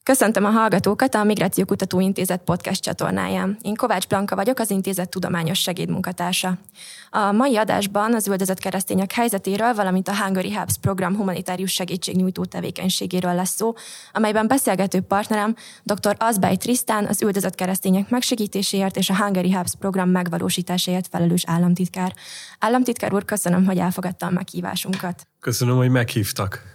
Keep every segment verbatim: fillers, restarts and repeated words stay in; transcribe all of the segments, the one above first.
Köszöntöm a hallgatókat a Migrációkutató Intézet podcast csatornáján. Én Kovács Blanka vagyok, az intézet tudományos segédmunkatársa. A mai adásban az üldözött keresztények helyzetéről, valamint a Hungary Hubs program humanitárius segítségnyújtó tevékenységéről lesz szó, amelyben beszélgető partnerem dr. Azbej Trisztán, az üldözött keresztények megsegítéséért és a Hungary Hubs program megvalósításáért felelős államtitkár. Államtitkár úr, köszönöm, hogy elfogadta a meghívásunkat. Köszönöm, hogy meghívtak.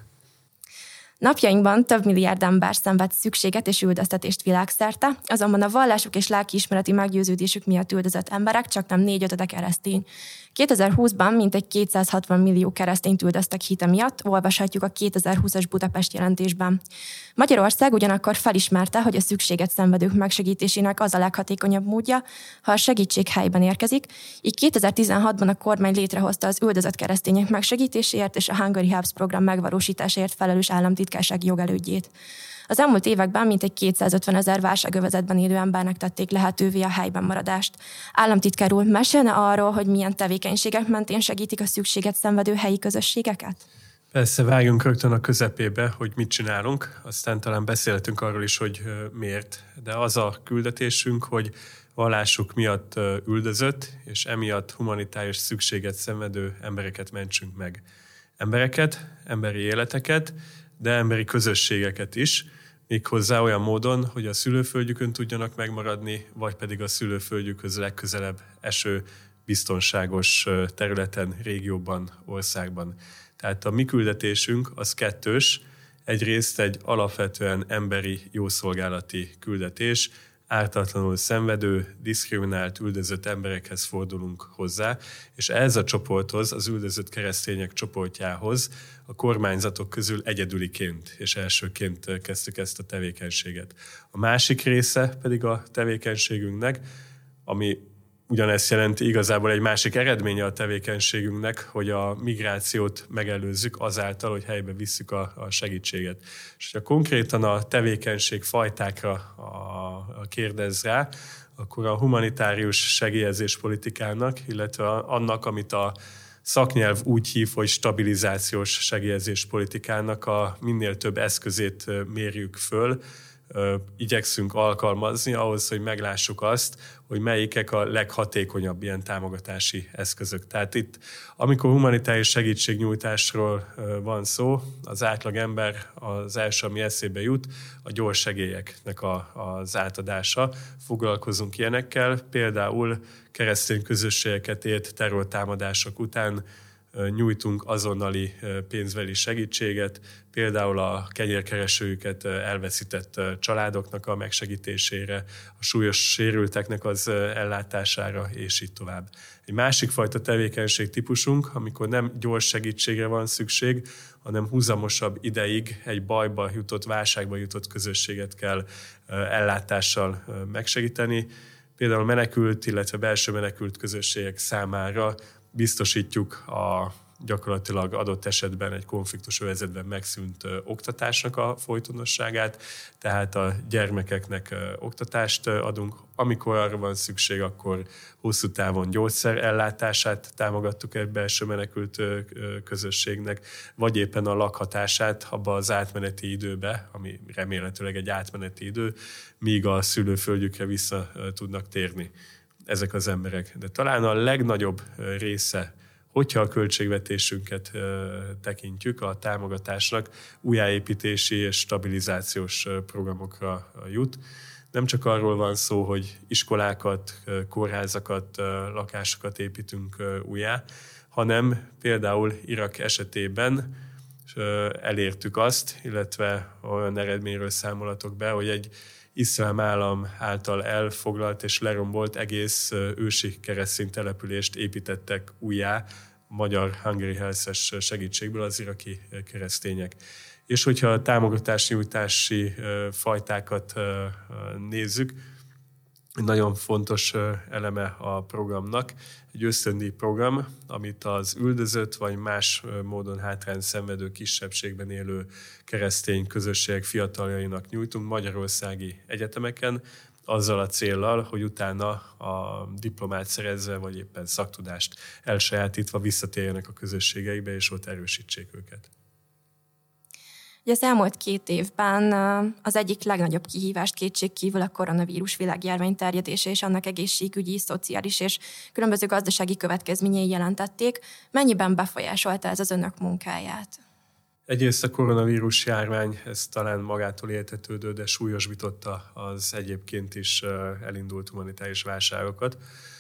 Napjainkban több milliárd ember szenved szükséget és üldöztetést világszerte, azonban a vallásuk és lelkiismereti meggyőződésük miatt üldözött emberek csaknem négy-ötöde keresztény. kétezer-húszban mintegy kétszázhatvan millió keresztényt üldöztek hite miatt, olvashatjuk a kétezer-húszas Budapest jelentésben. Magyarország ugyanakkor felismerte, hogy a szükséget szenvedők megsegítésének az a leghatékonyabb módja, ha a segítség helyben érkezik, így kétezer-tizenhatban a kormány létrehozta az üldözött keresztények megsegítéséért és a Hungary Hubs program megvalósításáért felelős államtitkárság jogelődjét. Az elmúlt években mintegy kétszázötven ezer válságövezetben élő embernek tették lehetővé a helyben maradást. Államtitkár úr, mesélne arról, hogy milyen tevékenységek mentén segítik a szükséget szenvedő helyi közösségeket? Persze, vágjunk rögtön a közepébe, hogy mit csinálunk, aztán talán beszélhetünk arról is, hogy miért. De az a küldetésünk, hogy vallásuk miatt üldözött, és emiatt humanitárius szükséget szenvedő embereket mentsünk meg. Embereket, emberi életeket, de emberi közösségeket is, méghozzá olyan módon, hogy a szülőföldjükön tudjanak megmaradni, vagy pedig a szülőföldjükhöz legközelebb eső biztonságos területen, régióban, országban. Tehát a mi küldetésünk az kettős, egyrészt egy alapvetően emberi jószolgálati küldetés, ártatlanul szenvedő, diszkriminált, üldözött emberekhez fordulunk hozzá, és ez a csoporthoz, az üldözött keresztények csoportjához a kormányzatok közül egyedüliként és elsőként kezdtük ezt a tevékenységet. A másik része pedig a tevékenységünknek, ami ugyanezt jelenti igazából egy másik eredménye a tevékenységünknek, hogy a migrációt megelőzzük azáltal, hogy helybe visszük a, a segítséget. És ha konkrétan a tevékenység fajtákra a, a kérdez rá, akkor a humanitárius segélyezés politikának, illetve annak, amit a szaknyelv úgy hív, hogy stabilizációs segélyezés politikának a minél több eszközét mérjük föl, igyekszünk alkalmazni ahhoz, hogy meglássuk azt, hogy melyikek a leghatékonyabb ilyen támogatási eszközök. Tehát itt, amikor humanitárius segítségnyújtásról van szó, az átlagember az első, ami eszébe jut, a gyors segélyeknek a, az átadása. Foglalkozunk ilyenekkel, például keresztény közösségeket ért terrortámadások után nyújtunk azonnali pénzbeli segítséget, például a kenyérkeresőjüket elveszített családoknak a megsegítésére, a súlyos sérülteknek az ellátására, és így tovább. Egy másik fajta tevékenység típusunk, amikor nem gyors segítségre van szükség, hanem húzamosabb ideig egy bajba jutott, válságba jutott közösséget kell ellátással megsegíteni. Például menekült, illetve belső menekült közösségek számára biztosítjuk a gyakorlatilag adott esetben egy konfliktus övezetben megszűnt ö, oktatásnak a folytonosságát, tehát a gyermekeknek ö, oktatást ö, adunk. Amikor arra van szükség, akkor hosszú távon gyógyszer ellátását támogattuk egy belső menekült ö, ö, közösségnek, vagy éppen a lakhatását abba az átmeneti időbe, ami remélhetőleg egy átmeneti idő, míg a szülőföldjükre vissza ö, tudnak térni ezek az emberek. De talán a legnagyobb része, hogyha a költségvetésünket tekintjük a támogatásnak, újjáépítési és stabilizációs programokra jut. Nem csak arról van szó, hogy iskolákat, kórházakat, lakásokat építünk újjá, hanem például Irak esetében elértük azt, illetve olyan eredményről számolatok be, hogy egy iszlám állam által elfoglalt és lerombolt egész ősi keresztény települést építettek újjá magyar Hungary Health-es segítségből az iraki keresztények. És hogyha a támogatásnyújtási fajtákat nézzük, egy nagyon fontos eleme a programnak, egy ösztöndíj program, amit az üldözött vagy más módon hátrány szenvedő kisebbségben élő keresztény közösségek fiataljainak nyújtunk magyarországi egyetemeken, azzal a céllal, hogy utána a diplomát szerezve, vagy éppen szaktudást elsajátítva visszatérjenek a közösségeikbe, és ott erősítsék őket. Ugye az elmúlt két évben az egyik legnagyobb kihívást kétségkívül a koronavírus világjárvány terjedése és annak egészségügyi, szociális és különböző gazdasági következményei jelentették. Mennyiben befolyásolta ez az önök munkáját? Egyrészt a koronavírus járvány, ez talán magától értetődő, de súlyosbította az egyébként is elindult humanitárius válságokat,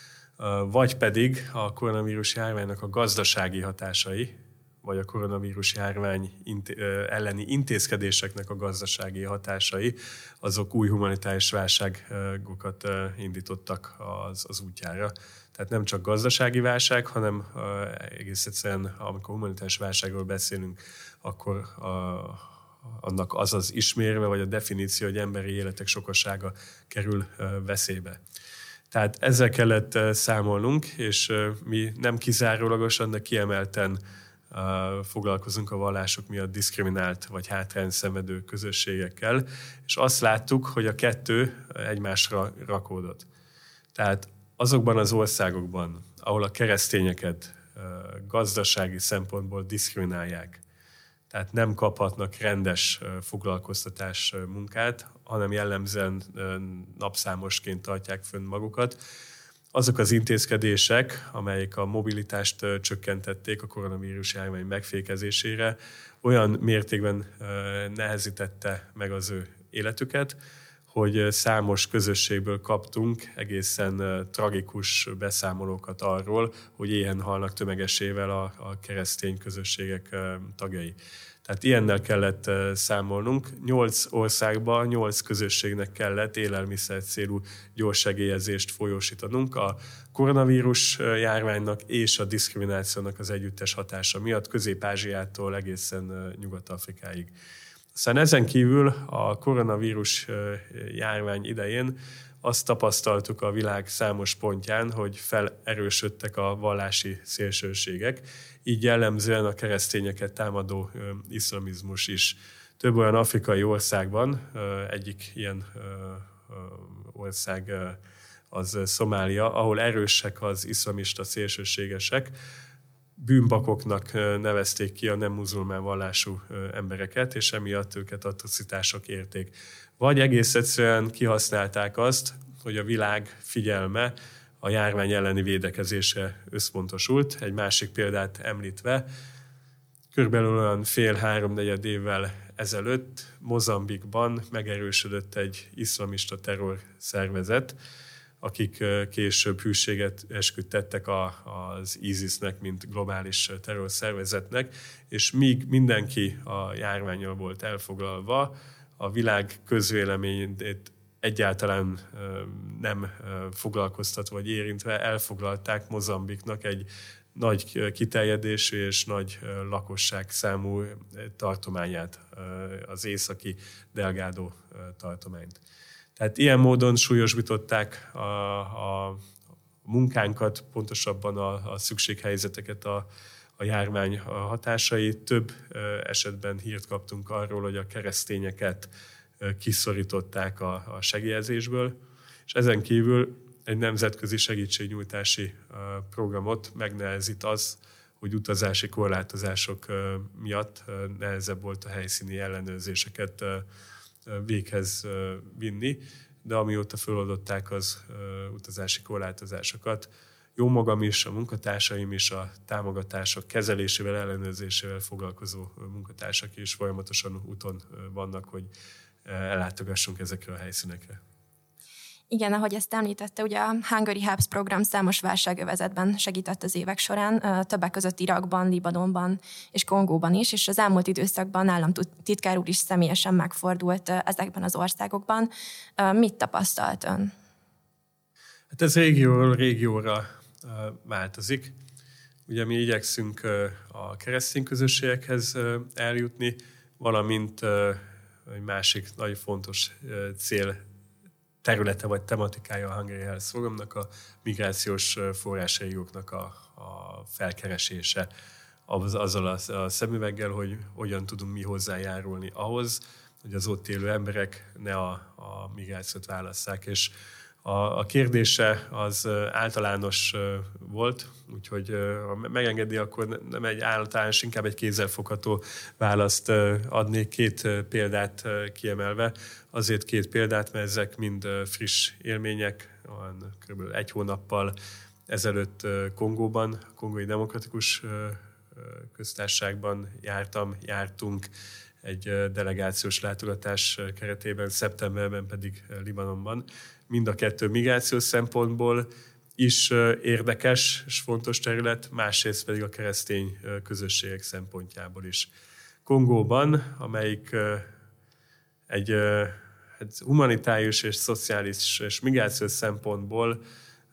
vagy pedig a koronavírus járványnak a gazdasági hatásai, vagy a koronavírus járvány elleni intézkedéseknek a gazdasági hatásai, azok új humanitárius válságokat indítottak az, az útjára. Tehát nem csak gazdasági válság, hanem egész egyszerűen, amikor humanitárius válságról beszélünk, akkor a, annak az az ismérve, vagy a definíció, hogy emberi életek sokasága kerül veszélybe. Tehát ezzel kellett számolnunk, és mi nem kizárólagosan, de kiemelten foglalkozunk a vallások miatt diszkriminált vagy hátrány szenvedő közösségekkel, és azt láttuk, hogy a kettő egymásra rakódott. Tehát azokban az országokban, ahol a keresztényeket gazdasági szempontból diszkriminálják, tehát nem kaphatnak rendes foglalkoztatás munkát, hanem jellemzően napszámosként tartják fönn magukat, azok az intézkedések, amelyek a mobilitást csökkentették a koronavírus járvány megfékezésére, olyan mértékben nehezítette meg az ő életüket, hogy számos közösségből kaptunk egészen tragikus beszámolókat arról, hogy éhen halnak tömegesével a, a keresztény közösségek tagjai. Tehát ilyennel kellett számolnunk. Nyolc országban, nyolc közösségnek kellett élelmiszer célú gyorssegélyezést folyósítanunk a koronavírus járványnak és a diszkriminációnak az együttes hatása miatt Közép-Ázsiától egészen Nyugat-Afrikáig. Aztán ezen kívül a koronavírus járvány idején azt tapasztaltuk a világ számos pontján, hogy felerősödtek a vallási szélsőségek, így jellemzően a keresztényeket támadó iszlamizmus is. Több olyan afrikai országban, egyik ilyen ország az Szomália, ahol erősek az iszlamista szélsőségesek, bűnbakoknak nevezték ki a nem muzulmán vallású embereket, és emiatt őket atrocitások érték. Vagy egész egyszerűen kihasználták azt, hogy a világ figyelme a járvány elleni védekezésre összpontosult. Egy másik példát említve, körülbelül olyan fél-háromnegyed évvel ezelőtt Mozambikban megerősödött egy iszlamista terrorszervezet, akik később hűséget esküdtettek az ISIS-nek, mint globális terrorszervezetnek, és míg mindenki a járvánnyal volt elfoglalva, a világ közvéleményét egyáltalán nem foglalkoztatva vagy érintve elfoglalták Mozambiknak egy nagy kiterjedésű és nagy lakosság számú tartományát, az északi Delgado tartományt. Tehát ilyen módon súlyosbították a, a munkánkat, pontosabban a, a szükséghelyzeteket a, a járvány hatásai. Több esetben hírt kaptunk arról, hogy a keresztényeket kiszorították a, a segélyezésből, és ezen kívül egy nemzetközi segítségnyújtási programot megnehezít az, hogy utazási korlátozások miatt nehezebb volt a helyszíni ellenőrzéseket véghez vinni, de amióta feloldották az utazási korlátozásokat, jó magam is, a munkatársaim is, a támogatások kezelésével, ellenőrzésével foglalkozó munkatársak is folyamatosan úton vannak, hogy ellátogassunk ezekre a helyszínekre. Igen, ahogy ezt említette, ugye a Hungary Hubs program számos válságövezetben segített az évek során, többek között Irakban, Libanonban és Kongóban is, és az elmúlt időszakban államtitkár úr is személyesen megfordult ezekben az országokban. Mit tapasztalt ön? Hát ez régióról régióra változik. Ugye mi igyekszünk a keresztény közösségekhez eljutni, valamint egy másik nagyon fontos cél területe vagy tematikája a Hungary Health programnak a migrációs forrásrégióknak a, a felkeresése, az, azzal a, a szemüveggel, hogy hogyan tudunk mi hozzájárulni ahhoz, hogy az ott élő emberek ne a, a migrációt válasszák. És A, a kérdése az általános volt, úgyhogy ha megengedi, akkor nem egy általános, inkább egy kézzelfogható választ adnék, két példát kiemelve. Azért két példát, mert ezek mind friss élmények, kb. egy hónappal ezelőtt Kongóban, a Kongói Demokratikus Köztársaságban jártam, jártunk egy delegációs látogatás keretében, szeptemberben pedig Libanonban. Mind a kettő migrációs szempontból is érdekes és fontos terület, másrészt pedig a keresztény közösségek szempontjából is. Kongóban, amelyik egy humanitárius és szociális és migrációs szempontból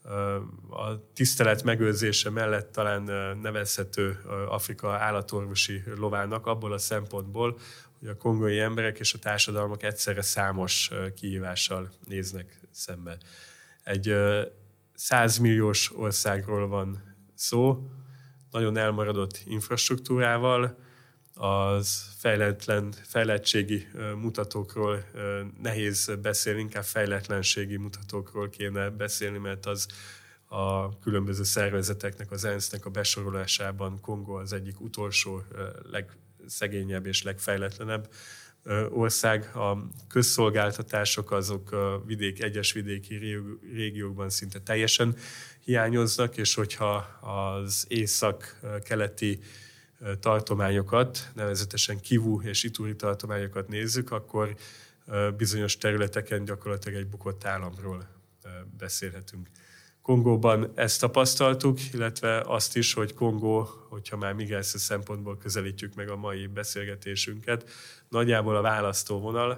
a tisztelet megőrzése mellett talán nevezhető Afrika állatorvosi lovának abból a szempontból, hogy a kongói emberek és a társadalmak egyszerre számos kihívással néznek szembe. Egy százmilliós országról van szó, nagyon elmaradott infrastruktúrával, az fejletlen, fejlettségi mutatókról nehéz beszélni, inkább fejletlenségi mutatókról kéne beszélni, mert az a különböző szervezeteknek, az ENSZ-nek a besorolásában Kongó az egyik utolsó, legszegényebb és legfejletlenebb ország. A közszolgáltatások azok a vidék, egyes vidéki régiókban szinte teljesen hiányoznak, és hogyha az észak-keleti tartományokat, nevezetesen Kivu és Ituri tartományokat nézzük, akkor bizonyos területeken gyakorlatilag egy bukott államról beszélhetünk. Kongóban ezt tapasztaltuk, illetve azt is, hogy Kongó, hogyha már migrációs szempontból közelítjük meg a mai beszélgetésünket, nagyjából a választóvonal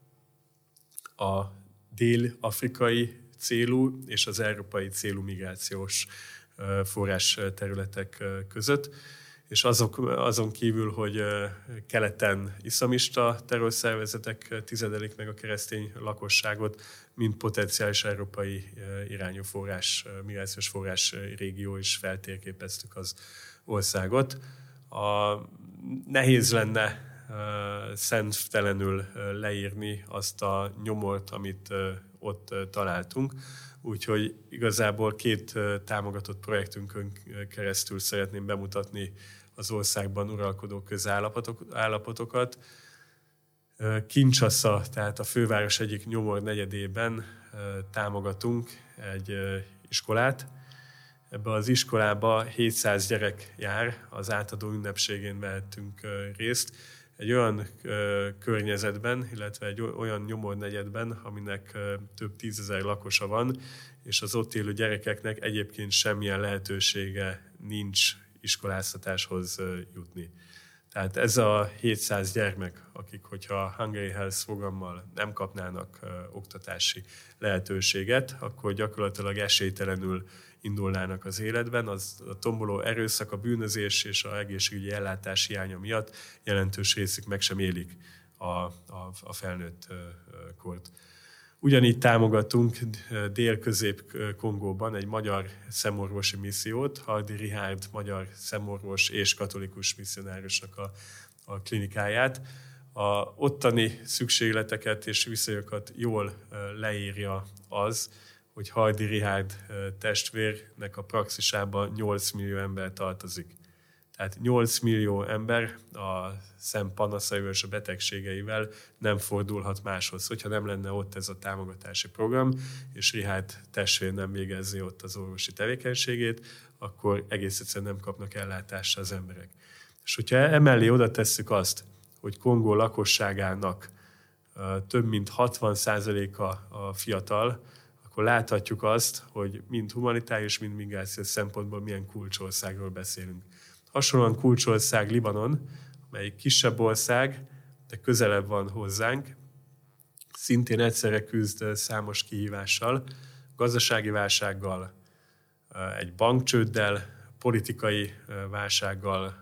a dél-afrikai célú és az európai célú migrációs forrás területek között. És azok, azon kívül, hogy keleten iszlamista terrorszervezetek tizedelik meg a keresztény lakosságot, mint potenciális európai irányú forrás, migrációs forrás régió is feltérképeztük az országot. A, nehéz lenne szenttelenül leírni azt a nyomort, amit ott találtunk. Úgyhogy igazából két támogatott projektünkön keresztül szeretném bemutatni az országban uralkodó közállapotokat. Kinshasa, tehát a főváros egyik nyomor negyedében támogatunk egy iskolát. Ebbe az iskolába hétszáz gyerek jár, az átadó ünnepségén vehettünk részt. Egy olyan ö, környezetben, illetve egy olyan nyomornegyedben, aminek ö, több tízezer lakosa van, és az ott élő gyerekeknek egyébként semmilyen lehetősége nincs iskoláztatáshoz ö, jutni. Tehát ez a hétszáz gyermek, akik, hogyha Hungary Health programmal nem kapnának ö, oktatási lehetőséget, akkor gyakorlatilag esélytelenül indulnának az életben, az a tomboló erőszak, a bűnözés és az egészségügyi ellátás hiánya miatt jelentős részük meg sem élik a, a, a felnőtt kort. Ugyanígy támogatunk Dél-Közép-Kongóban egy magyar szemorvosi missziót, Hardy Richárd magyar szemorvos és katolikus misszionárusnak a, a klinikáját. A ottani szükségleteket és viszonyokat jól leírja az, hogy Hardy Richárd testvérnek a praxisában nyolc millió ember tartozik. Tehát nyolc millió ember a szem panaszaival és a betegségeivel nem fordulhat máshoz. Hogyha nem lenne ott ez a támogatási program, és Richárd testvér nem végezzi ott az orvosi tevékenységét, akkor egész egyszerűen nem kapnak ellátásra az emberek. És hogyha emellé oda tesszük azt, hogy Kongó lakosságának több mint hatvan százaléka a fiatal, akkor láthatjuk azt, hogy mind humanitárius, mind migrációs szempontból milyen kulcsországról beszélünk. Hasonlóan kulcsország Libanon, amely kisebb ország, de közelebb van hozzánk, szintén egyszerre küzd számos kihívással, gazdasági válsággal, egy bankcsőddel, politikai válsággal,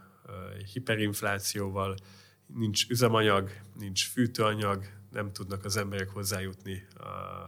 hiperinflációval, nincs üzemanyag, nincs fűtőanyag, nem tudnak az emberek hozzájutni a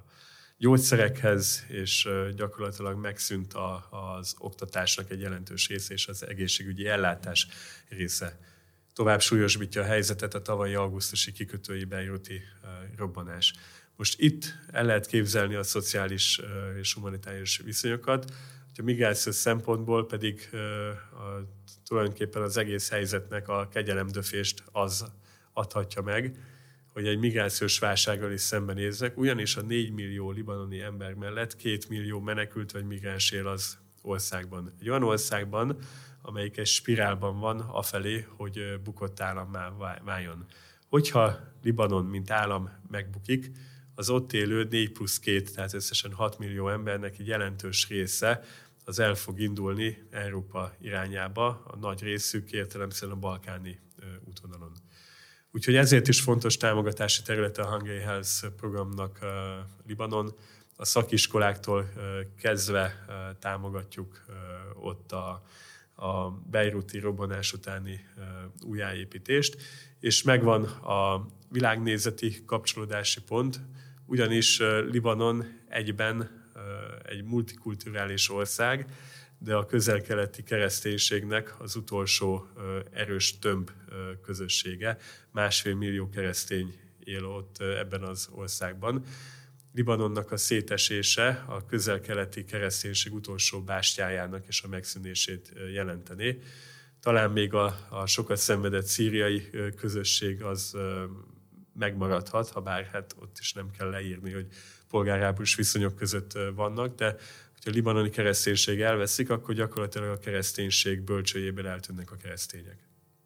gyógyszerekhez, és gyakorlatilag megszűnt a, az oktatásnak egy jelentős része, és az egészségügyi ellátás része. Tovább súlyosbítja a helyzetet a tavalyi augusztusi kikötői beiruti robbanás. Most itt el lehet képzelni a szociális és humanitárius viszonyokat, a migrációs szempontból pedig a, tulajdonképpen az egész helyzetnek a kegyelemdöfést az adhatja meg, hogy egy migrációs válsággal is szembenéznek, ugyanis a négy millió libanoni ember mellett két millió menekült vagy migráns él az országban. Egy olyan országban, amelyik egy spirálban van afelé, hogy bukott állammá váljon. Hogyha Libanon, mint állam megbukik, az ott élő négy plusz két, tehát összesen hat millió embernek egy jelentős része az el fog indulni Európa irányába, a nagy részük értelemszerűen a balkáni útvonalon. Úgyhogy ezért is fontos támogatási területe a Hungary Helps programnak Libanon. A szakiskoláktól kezdve támogatjuk ott a, a beiruti robbanás utáni újjáépítést, és megvan a világnézeti kapcsolódási pont, ugyanis Libanon egyben egy multikulturális ország, de a közel-keleti kereszténységnek az utolsó erős tömb közössége. Másfél millió keresztény él ott ebben az országban. Libanonnak a szétesése a közel-keleti kereszténység utolsó bástyájának és a megszűnését jelentené. Talán még a, a sokat szenvedett szíriai közösség az megmaradhat, ha bár hát ott is nem kell leírni, hogy polgárháborús viszonyok között vannak, de hogyha a libanoni kereszténység elveszik, akkor gyakorlatilag a kereszténység bölcsőjéből eltűnnek a keresztények.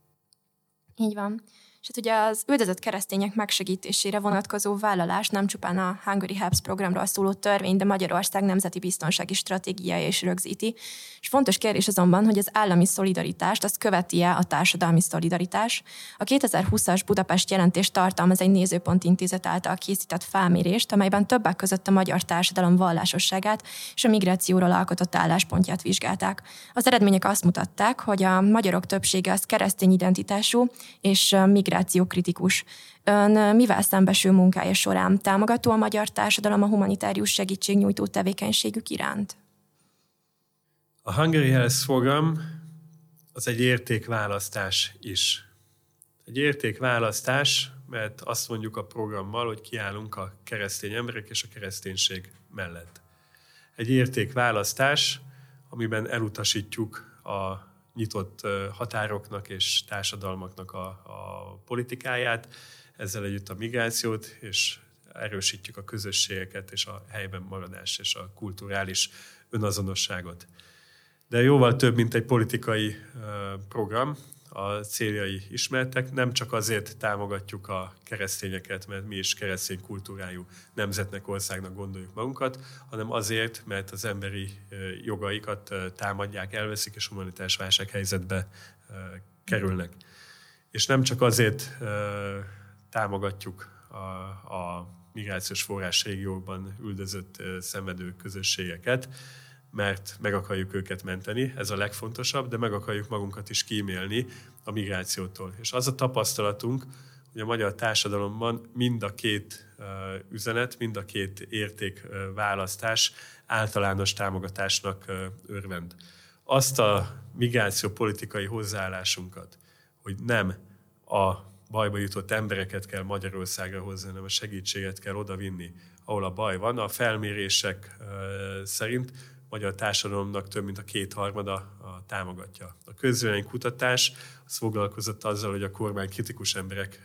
Így van. És hát ugye az üldözött keresztények megsegítésére vonatkozó vállalás nem csupán a Hungary Helps programról szóló törvény, de Magyarország nemzeti biztonsági stratégiája is rögzíti. És fontos kérdés azonban, hogy az állami szolidaritást azt követi-e a társadalmi szolidaritás. A kétezer-húszas Budapest jelentés tartalmaz egy Nézőpont Intézet által készített felmérést, amelyben többek között a magyar társadalom vallásosságát és a migrációról alkotott álláspontját vizsgálták. Az eredmények azt mutatták, hogy a magyarok többsége az keresztény identitású és migrációkritikus. Ön mivel szembesül munkája során? Támogató a magyar társadalom a humanitárius segítségnyújtó tevékenységük iránt? A Hungary Helps program az egy értékválasztás is. Egy értékválasztás, mert azt mondjuk a programmal, hogy kiállunk a keresztény emberek és a kereszténység mellett. Egy értékválasztás, amiben elutasítjuk a nyitott határoknak és társadalmaknak a, a politikáját, ezzel együtt a migrációt, és erősítjük a közösségeket és a helyben maradást és a kulturális önazonosságot. De jóval több, mint egy politikai program, a céljai ismertek. Nem csak azért támogatjuk a keresztényeket, mert mi is keresztény kultúrájú nemzetnek, országnak gondoljuk magunkat, hanem azért, mert az emberi jogaikat támadják, elveszik, és humanitárius válsághelyzetbe kerülnek. És nem csak azért támogatjuk a, a migrációs forrás régiókban üldözött, szenvedő közösségeket, mert meg akarjuk őket menteni, ez a legfontosabb, de meg akarjuk magunkat is kímélni a migrációtól. És az a tapasztalatunk, hogy a magyar társadalomban mind a két üzenet, mind a két értékválasztás általános támogatásnak örvend. Azt a migrációpolitikai hozzáállásunkat, hogy nem a bajba jutott embereket kell Magyarországra hozni, hanem a segítséget kell odavinni, ahol a baj van. A felmérések szerint a magyar társadalomnak több mint a kétharmada a támogatja. A közvéleménykutatás az foglalkozott azzal, hogy a kormány kritikus emberek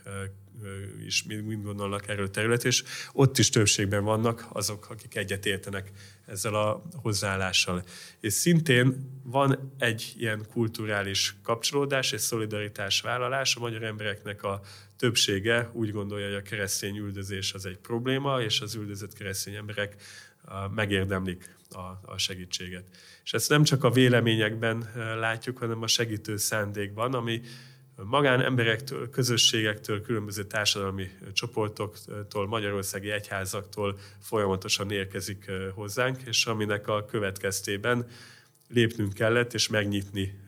is mind gondolnak erről a területről, és ott is többségben vannak azok, akik egyet értenek ezzel a hozzáállással. És szintén van egy ilyen kulturális kapcsolódás és szolidaritás vállalás. A magyar embereknek a többsége úgy gondolja, hogy a keresztény üldözés az egy probléma, és az üldözött keresztény emberek megérdemlik a, a segítséget. És ezt nem csak a véleményekben látjuk, hanem a segítő szándékban, ami magánemberektől, közösségektől, különböző társadalmi csoportoktól, magyarországi egyházaktól folyamatosan érkezik hozzánk, és aminek a következtében lépnünk kellett, és megnyitni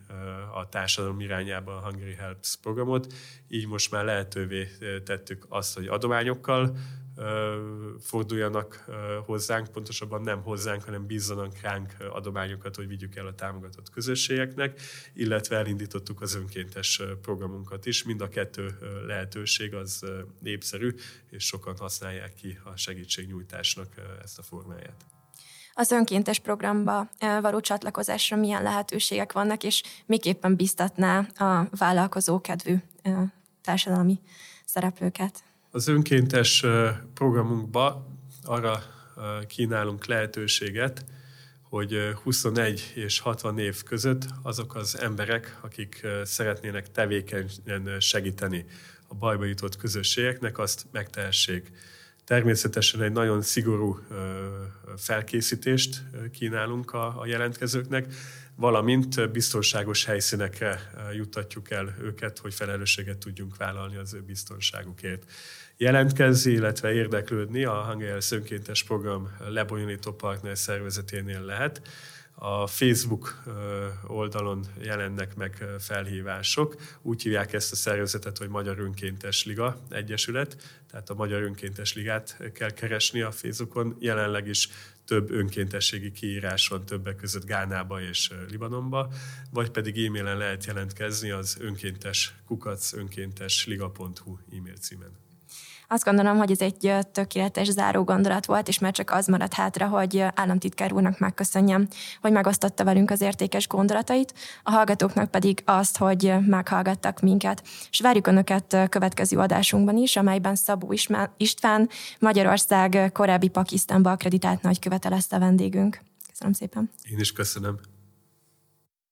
a társadalom irányába a Hungary Helps programot, így most már lehetővé tettük azt, hogy adományokkal forduljanak hozzánk, pontosabban nem hozzánk, hanem bízzanak ránk adományokat, hogy vigyük el a támogatott közösségeknek, illetve elindítottuk az önkéntes programunkat is. Mind a kettő lehetőség az népszerű, és sokan használják ki a segítségnyújtásnak ezt a formáját. Az önkéntes programba való csatlakozásra milyen lehetőségek vannak, és miképpen biztatná a vállalkozó kedvű társadalmi szereplőket? Az önkéntes programunkba arra kínálunk lehetőséget, hogy huszonegy és hatvan év között azok az emberek, akik szeretnének tevékenyen segíteni a bajba jutott közösségeknek, azt megtehessék. Természetesen egy nagyon szigorú felkészítést kínálunk a jelentkezőknek, valamint biztonságos helyszínekre juttatjuk el őket, hogy felelősséget tudjunk vállalni az ő biztonságukért. Jelentkezni, illetve érdeklődni a Hungary Helps önkéntes program lebonyolító partner szervezeténél lehet. A Facebook oldalon jelennek meg felhívások. Úgy hívják ezt a szervezetet, hogy Magyar Önkéntes Liga Egyesület, tehát a Magyar Önkéntes Ligát kell keresni a Facebookon. Jelenleg is több önkéntességi kiírás van többek között Gánába és Libanonba, vagy pedig e-mailen lehet jelentkezni az önkéntes kukac önkéntesliga pont hu e-mail címen. Azt gondolom, hogy ez egy tökéletes záró gondolat volt, és már csak az maradt hátra, hogy államtitkár úrnak megköszönjem, hogy megosztotta velünk az értékes gondolatait, a hallgatóknak pedig azt, hogy meghallgattak minket. És várjuk Önöket következő adásunkban is, amelyben Szabó István, Magyarország korábbi Pakisztánba akreditált nagykövete lesz a vendégünk. Köszönöm szépen. Én is köszönöm.